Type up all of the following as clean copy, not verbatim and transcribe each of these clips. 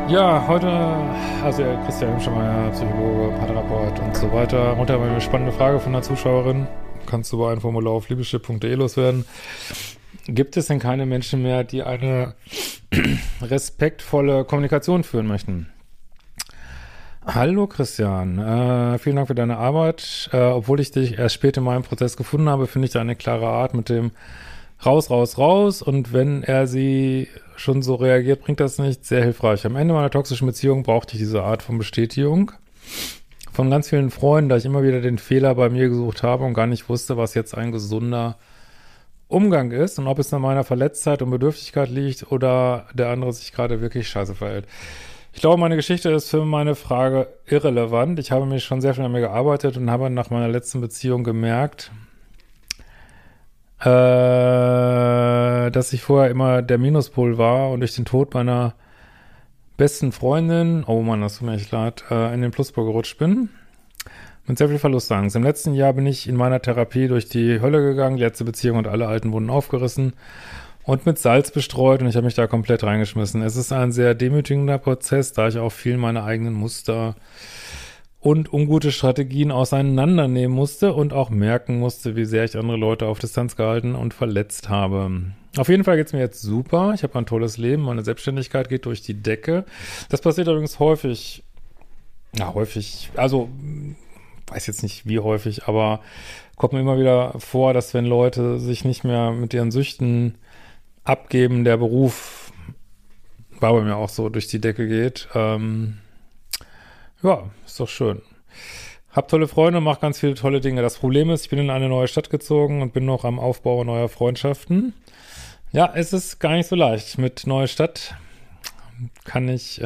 Ja, heute, also ja, Christian Hemschemeyer, Psychologe, Paartherapeut und so weiter. Heute haben wir eine spannende Frage von einer Zuschauerin. Kannst du über ein Formular auf liebeschip.de loswerden. Gibt es denn keine Menschen mehr, die eine respektvolle Kommunikation führen möchten? Hallo Christian, vielen Dank für deine Arbeit. Obwohl ich dich erst spät in meinem Prozess gefunden habe, finde ich deine klare Art mit dem raus, raus, raus. Und wenn er sie schon so reagiert, bringt das nichts. Sehr hilfreich. Am Ende meiner toxischen Beziehung brauchte ich diese Art von Bestätigung von ganz vielen Freunden, da ich immer wieder den Fehler bei mir gesucht habe und gar nicht wusste, was jetzt ein gesunder Umgang ist und ob es an meiner Verletztheit und Bedürftigkeit liegt oder der andere sich gerade wirklich scheiße verhält. Ich glaube, meine Geschichte ist für meine Frage irrelevant. Ich habe mich schon sehr viel an mir gearbeitet und habe nach meiner letzten Beziehung gemerkt, dass ich vorher immer der Minuspol war und durch den Tod meiner besten Freundin, oh Mann, das tut mir echt leid, in den Pluspol gerutscht bin. Mit sehr viel Verlustangst. Im letzten Jahr bin ich in meiner Therapie durch die Hölle gegangen, die letzte Beziehung und alle alten Wunden aufgerissen und mit Salz bestreut und ich habe mich da komplett reingeschmissen. Es ist ein sehr demütigender Prozess, da ich auch viel meine eigenen Muster und ungute Strategien auseinandernehmen musste und auch merken musste, wie sehr ich andere Leute auf Distanz gehalten und verletzt habe. Auf jeden Fall geht's mir jetzt super. Ich habe ein tolles Leben. Meine Selbstständigkeit geht durch die Decke. Das passiert übrigens häufig. Ja, häufig. Also, weiß jetzt nicht wie häufig, aber kommt mir immer wieder vor, dass wenn Leute sich nicht mehr mit ihren Süchten abgeben, der Beruf, war bei mir auch so, durch die Decke geht. Ja, ist doch schön. Hab tolle Freunde und mach ganz viele tolle Dinge. Das Problem ist, ich bin in eine neue Stadt gezogen und bin noch am Aufbau neuer Freundschaften. Ja, es ist gar nicht so leicht. Mit neuer Stadt kann ich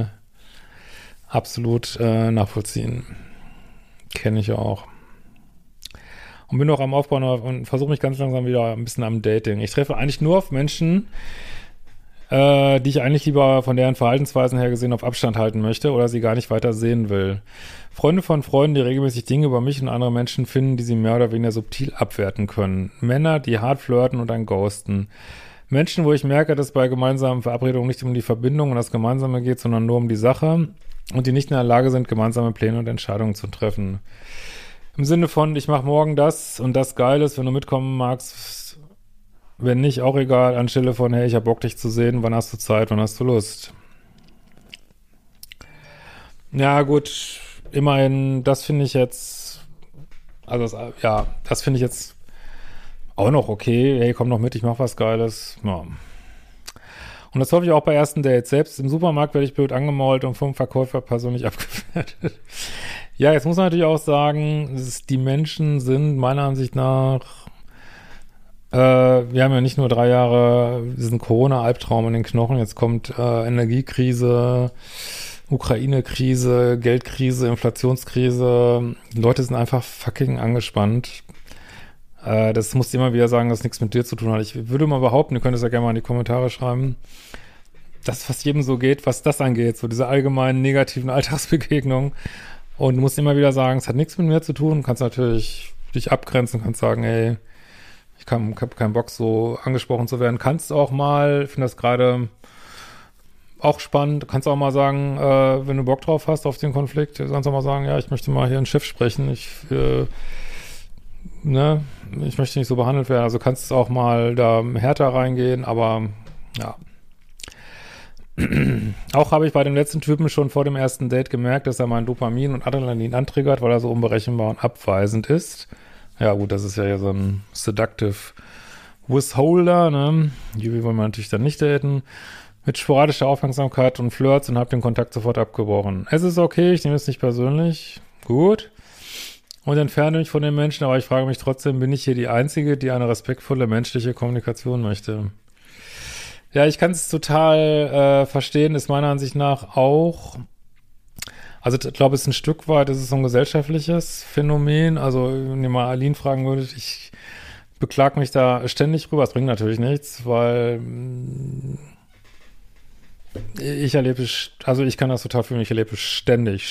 absolut nachvollziehen. Kenne ich auch. Und bin noch am Aufbau und versuche mich ganz langsam wieder ein bisschen am Dating. Ich treffe eigentlich nur auf Menschen, die ich eigentlich lieber von deren Verhaltensweisen her gesehen auf Abstand halten möchte oder sie gar nicht weiter sehen will. Freunde von Freunden, die regelmäßig Dinge über mich und andere Menschen finden, die sie mehr oder weniger subtil abwerten können. Männer, die hart flirten und dann ghosten. Menschen, wo ich merke, dass bei gemeinsamen Verabredungen nicht um die Verbindung und das Gemeinsame geht, sondern nur um die Sache und die nicht in der Lage sind, gemeinsame Pläne und Entscheidungen zu treffen. Im Sinne von, ich mache morgen das und das Geiles, wenn du mitkommen magst. Wenn nicht, auch egal, anstelle von, hey, ich hab Bock, dich zu sehen, wann hast du Zeit, wann hast du Lust? Ja, gut, immerhin, das finde ich jetzt, das finde ich jetzt auch noch okay. Hey, komm doch mit, ich mach was Geiles. Ja. Und das hoffe ich auch bei ersten Dates. Selbst im Supermarkt werde ich blöd angemault und vom Verkäufer persönlich abgewertet. Ja, jetzt muss man natürlich auch sagen, die Menschen sind meiner Ansicht nach wir haben ja nicht nur 3 Jahre diesen Corona-Albtraum in den Knochen, jetzt kommt Energiekrise, Ukraine-Krise, Geldkrise, Inflationskrise. Die Leute sind einfach fucking angespannt. Das muss ich immer wieder sagen, dass nichts mit dir zu tun hat. Ich würde mal behaupten, ihr könnt es ja gerne mal in die Kommentare schreiben, dass fast jedem so geht, was das angeht, so diese allgemeinen negativen Alltagsbegegnungen. Und du musst immer wieder sagen, es hat nichts mit mir zu tun. Du kannst natürlich dich abgrenzen, kannst sagen, ey, ich habe keinen Bock, so angesprochen zu werden. Kannst auch mal, ich finde das gerade auch spannend, kannst auch mal sagen, wenn du Bock drauf hast auf den Konflikt, kannst auch mal sagen, ja, ich möchte mal hier einen Chef sprechen, ich möchte nicht so behandelt werden. Also kannst du auch mal da härter reingehen, aber ja. Auch habe ich bei dem letzten Typen schon vor dem ersten Date gemerkt, dass er mein Dopamin und Adrenalin antriggert, weil er so unberechenbar und abweisend ist. Ja gut, das ist ja hier so ein Seductive Withholder, ne? Die wollen wir natürlich dann nicht daten. Mit sporadischer Aufmerksamkeit und Flirts und habe den Kontakt sofort abgebrochen. Es ist okay, ich nehme es nicht persönlich. Gut. Und entferne mich von den Menschen, aber ich frage mich trotzdem, bin ich hier die Einzige, die eine respektvolle menschliche Kommunikation möchte? Ja, ich kann es total verstehen, ist meiner Ansicht nach auch. Also ich glaube, es ist ein Stück weit, es ist so ein gesellschaftliches Phänomen. Also wenn ihr mal Aline fragen würdet, ich beklag mich da ständig drüber. Es bringt natürlich nichts, weil ich erlebe, also ich kann das total fühlen, ich erlebe ständig.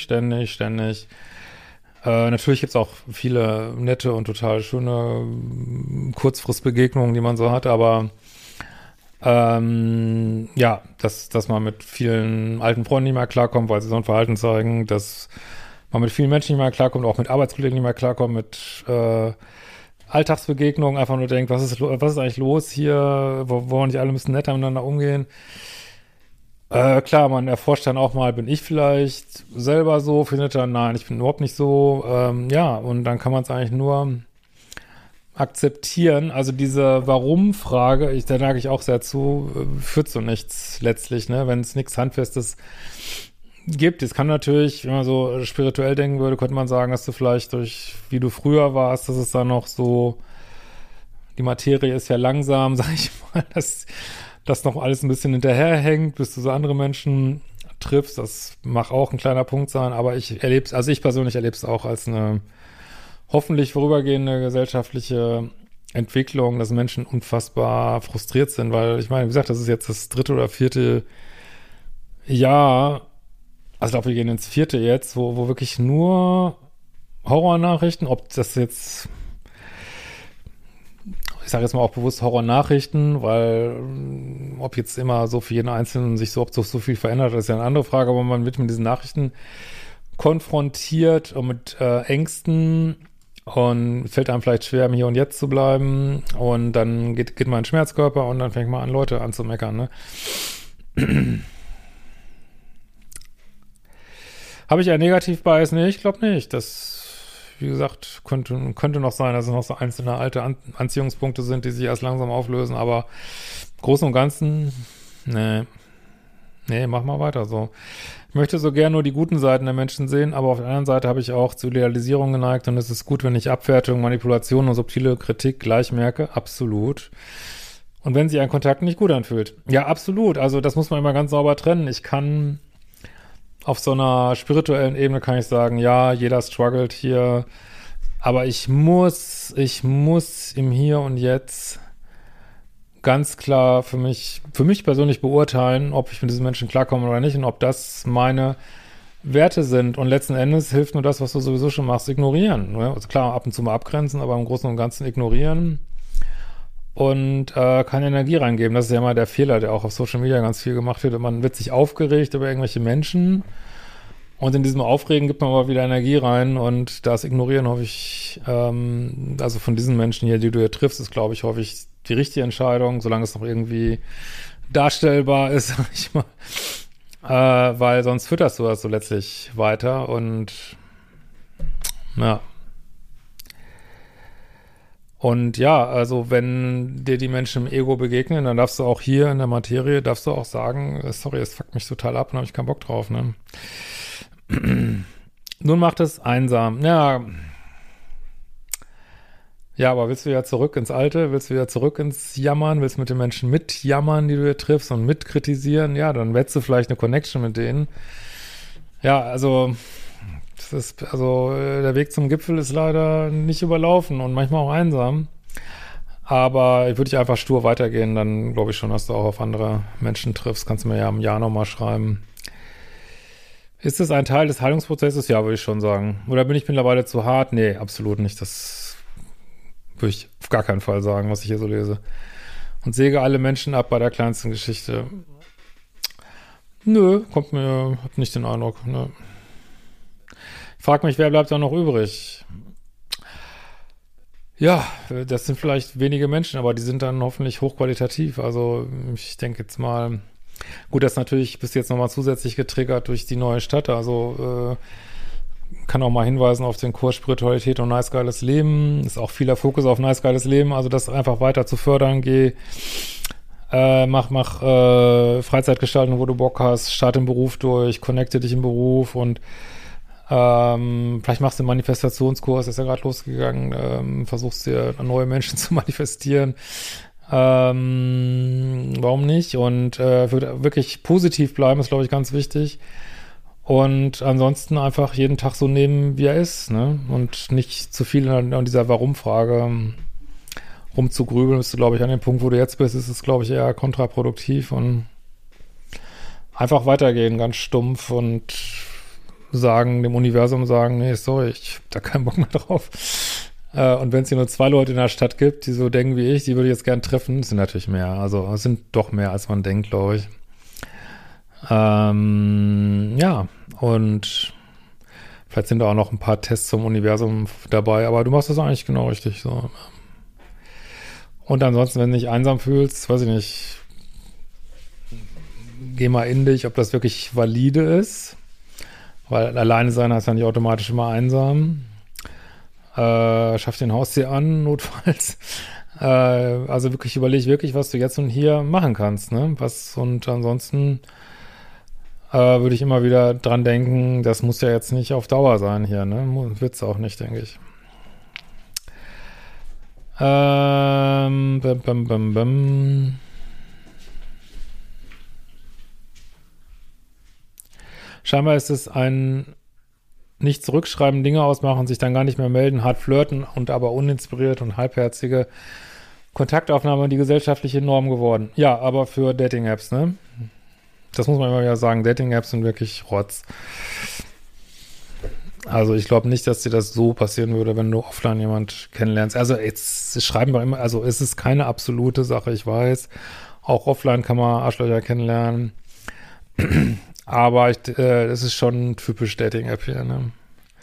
Natürlich gibt's auch viele nette und total schöne Kurzfristbegegnungen, die man so hat, aber Ja, dass man mit vielen alten Freunden nicht mehr klarkommt, weil sie so ein Verhalten zeigen, dass man mit vielen Menschen nicht mehr klarkommt, auch mit Arbeitskollegen nicht mehr klarkommt, mit Alltagsbegegnungen einfach nur denkt, was ist eigentlich los hier, wollen nicht alle ein bisschen netter miteinander umgehen? Klar, man erforscht dann auch mal, bin ich vielleicht selber so, findet dann, nein, ich bin überhaupt nicht so, ja, und dann kann man es eigentlich nur akzeptieren. Also diese Warum-Frage, da neige ich auch sehr zu, führt zu nichts letztlich, ne, wenn es nichts Handfestes gibt. Es kann natürlich, wenn man so spirituell denken würde, könnte man sagen, dass du vielleicht durch, wie du früher warst, dass es dann noch so, die Materie ist ja langsam, sag ich mal, dass das noch alles ein bisschen hinterherhängt, bis du so andere Menschen triffst. Das mag auch ein kleiner Punkt sein, aber ich persönlich erlebe es auch als eine hoffentlich vorübergehende gesellschaftliche Entwicklung, dass Menschen unfassbar frustriert sind, weil ich meine, wie gesagt, das ist jetzt das 3. oder 4. Jahr, also ich glaube, wir gehen ins 4. jetzt, wo wirklich nur Horrornachrichten, ob das jetzt, ich sage jetzt mal auch bewusst Horrornachrichten, weil ob jetzt immer so für jeden Einzelnen sich so viel verändert, das ist ja eine andere Frage, aber man wird mit diesen Nachrichten konfrontiert und mit Ängsten und fällt einem vielleicht schwer, im Hier und Jetzt zu bleiben und dann geht man in den Schmerzkörper und dann fängt man an, Leute anzumeckern, ne? Habe ich einen Negativ-Bias? Nee, ich glaube nicht. Das, wie gesagt, könnte noch sein, dass es noch so einzelne alte Anziehungspunkte sind, die sich erst langsam auflösen, aber im Großen und Ganzen, nee, mach mal weiter so. Ich möchte so gern nur die guten Seiten der Menschen sehen, aber auf der anderen Seite habe ich auch zur Idealisierung geneigt und es ist gut, wenn ich Abwertung, Manipulation und subtile Kritik gleich merke. Absolut. Und wenn sich ein Kontakt nicht gut anfühlt. Ja, absolut. Also das muss man immer ganz sauber trennen. Ich kann auf so einer spirituellen Ebene kann ich sagen, ja, jeder struggelt hier, aber ich muss im Hier und Jetzt ganz klar für mich persönlich beurteilen, ob ich mit diesen Menschen klarkomme oder nicht und ob das meine Werte sind. Und letzten Endes hilft nur das, was du sowieso schon machst, ignorieren. Ne? Also klar, ab und zu mal abgrenzen, aber im Großen und Ganzen ignorieren und keine Energie reingeben. Das ist ja immer der Fehler, der auch auf Social Media ganz viel gemacht wird. Man wird sich aufgeregt über irgendwelche Menschen und in diesem Aufregen gibt man aber wieder Energie rein und das Ignorieren hoffe ich, also von diesen Menschen hier, die du hier triffst, ist, glaube ich, häufig die richtige Entscheidung, solange es noch irgendwie darstellbar ist, sag ich mal. Weil sonst fütterst du das so letztlich weiter und ja. Und ja, also wenn dir die Menschen im Ego begegnen, dann darfst du auch hier in der Materie, darfst du auch sagen, sorry, es fuckt mich total ab und habe ich keinen Bock drauf, ne? Nun macht es einsam. Ja, aber willst du wieder zurück ins Alte? Willst du wieder zurück ins Jammern? Willst du mit den Menschen mitjammern, die du hier triffst und mitkritisieren? Ja, dann wetzt du vielleicht eine Connection mit denen. Ja, also der Weg zum Gipfel ist leider nicht überlaufen und manchmal auch einsam. Aber ich würde dich einfach stur weitergehen, dann glaube ich schon, dass du auch auf andere Menschen triffst. Kannst du mir ja im Jahr nochmal schreiben. Ist es ein Teil des Heilungsprozesses? Ja, würde ich schon sagen. Oder bin ich mittlerweile zu hart? Nee, absolut nicht. Das würde ich auf gar keinen Fall sagen, was ich hier so lese. Und säge alle Menschen ab bei der kleinsten Geschichte. Nö, hab nicht den Eindruck. Nö. Ich frage mich, wer bleibt da noch übrig? Ja, das sind vielleicht wenige Menschen, aber die sind dann hoffentlich hochqualitativ. Also ich denke jetzt mal, gut, das natürlich bist du jetzt nochmal zusätzlich getriggert durch die neue Stadt. Also kann auch mal hinweisen auf den Kurs Spiritualität und nice geiles Leben. Ist auch vieler Fokus auf nice geiles Leben. Also das einfach weiter zu fördern. Mach Freizeitgestaltung, wo du Bock hast. Starte im Beruf durch, connecte dich im Beruf und vielleicht machst du einen Manifestationskurs, ist ja gerade losgegangen, versuchst dir neue Menschen zu manifestieren. Warum nicht? Und wirklich positiv bleiben ist, glaube ich, ganz wichtig. Und ansonsten einfach jeden Tag so nehmen, wie er ist, ne? Und nicht zu viel an dieser Warum-Frage rumzugrübeln. Bist du, glaube ich, an dem Punkt, wo du jetzt bist, ist es, glaube ich, eher kontraproduktiv und einfach weitergehen, ganz stumpf und dem Universum sagen, nee, sorry, ich hab da keinen Bock mehr drauf. Und wenn es hier nur 2 Leute in der Stadt gibt, die so denken wie ich, die würde ich jetzt gern treffen, sind natürlich mehr. Also es sind doch mehr, als man denkt, glaube ich. Ja, und vielleicht sind da auch noch ein paar Tests zum Universum dabei, aber du machst das eigentlich genau richtig so. Und ansonsten, wenn du dich einsam fühlst, weiß ich nicht, geh mal in dich, ob das wirklich valide ist. Weil alleine sein heißt ja nicht automatisch immer einsam. Schaff dir ein Haustier an, notfalls. Also wirklich überleg wirklich, was du jetzt und hier machen kannst, ne? Und ansonsten würde ich immer wieder dran denken, das muss ja jetzt nicht auf Dauer sein hier, ne? Wird's auch nicht, denke ich. Bam, bam, bam, bam. Scheinbar ist es ein nicht zurückschreiben, Dinge ausmachen, sich dann gar nicht mehr melden, hart flirten und aber uninspiriert und halbherzige Kontaktaufnahme die gesellschaftliche Norm geworden. Ja, aber für Dating-Apps, ne? Das muss man immer wieder sagen, Dating-Apps sind wirklich Rotz. Also ich glaube nicht, dass dir das so passieren würde, wenn du offline jemand kennenlernst. Also jetzt schreiben wir immer, also es ist keine absolute Sache, ich weiß. Auch offline kann man Arschlöcher kennenlernen. Aber das ist schon typisch Dating-App hier, ne?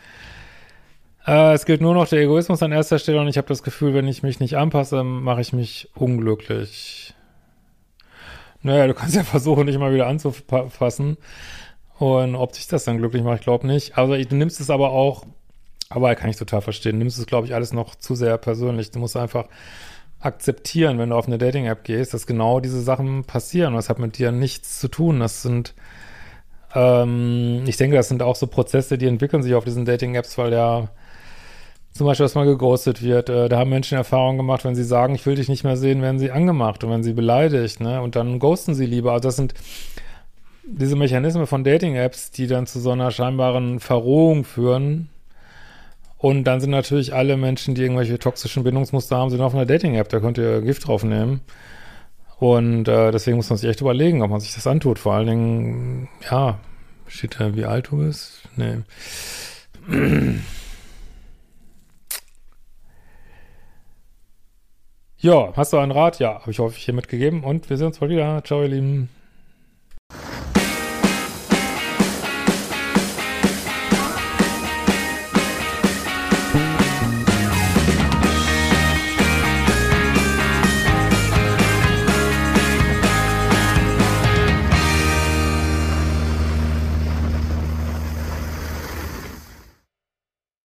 Es gilt nur noch der Egoismus an erster Stelle und ich habe das Gefühl, wenn ich mich nicht anpasse, mache ich mich unglücklich. Naja, du kannst ja versuchen, dich mal wieder anzufassen. Und ob dich das dann glücklich macht, ich glaube nicht. Also du nimmst es aber auch, aber kann ich total verstehen, du nimmst es, glaube ich, alles noch zu sehr persönlich. Du musst einfach akzeptieren, wenn du auf eine Dating-App gehst, dass genau diese Sachen passieren. Das hat mit dir nichts zu tun. Das sind ich denke, das sind auch so Prozesse, die entwickeln sich auf diesen Dating-Apps, weil ja zum Beispiel, dass mal geghostet wird. Da haben Menschen Erfahrungen gemacht, wenn sie sagen, ich will dich nicht mehr sehen, werden sie angemacht und wenn sie beleidigt, ne? Und dann ghosten sie lieber. Also das sind diese Mechanismen von Dating-Apps, die dann zu so einer scheinbaren Verrohung führen. Und dann sind natürlich alle Menschen, die irgendwelche toxischen Bindungsmuster haben, sind auf einer Dating-App. Da könnt ihr Gift drauf nehmen. Und deswegen muss man sich echt überlegen, ob man sich das antut. Vor allen Dingen, ja, steht da, wie alt du bist? Nee. Ja, hast du einen Rat? Ja, habe ich häufig hier mitgegeben. Und wir sehen uns bald wieder. Ciao, ihr Lieben.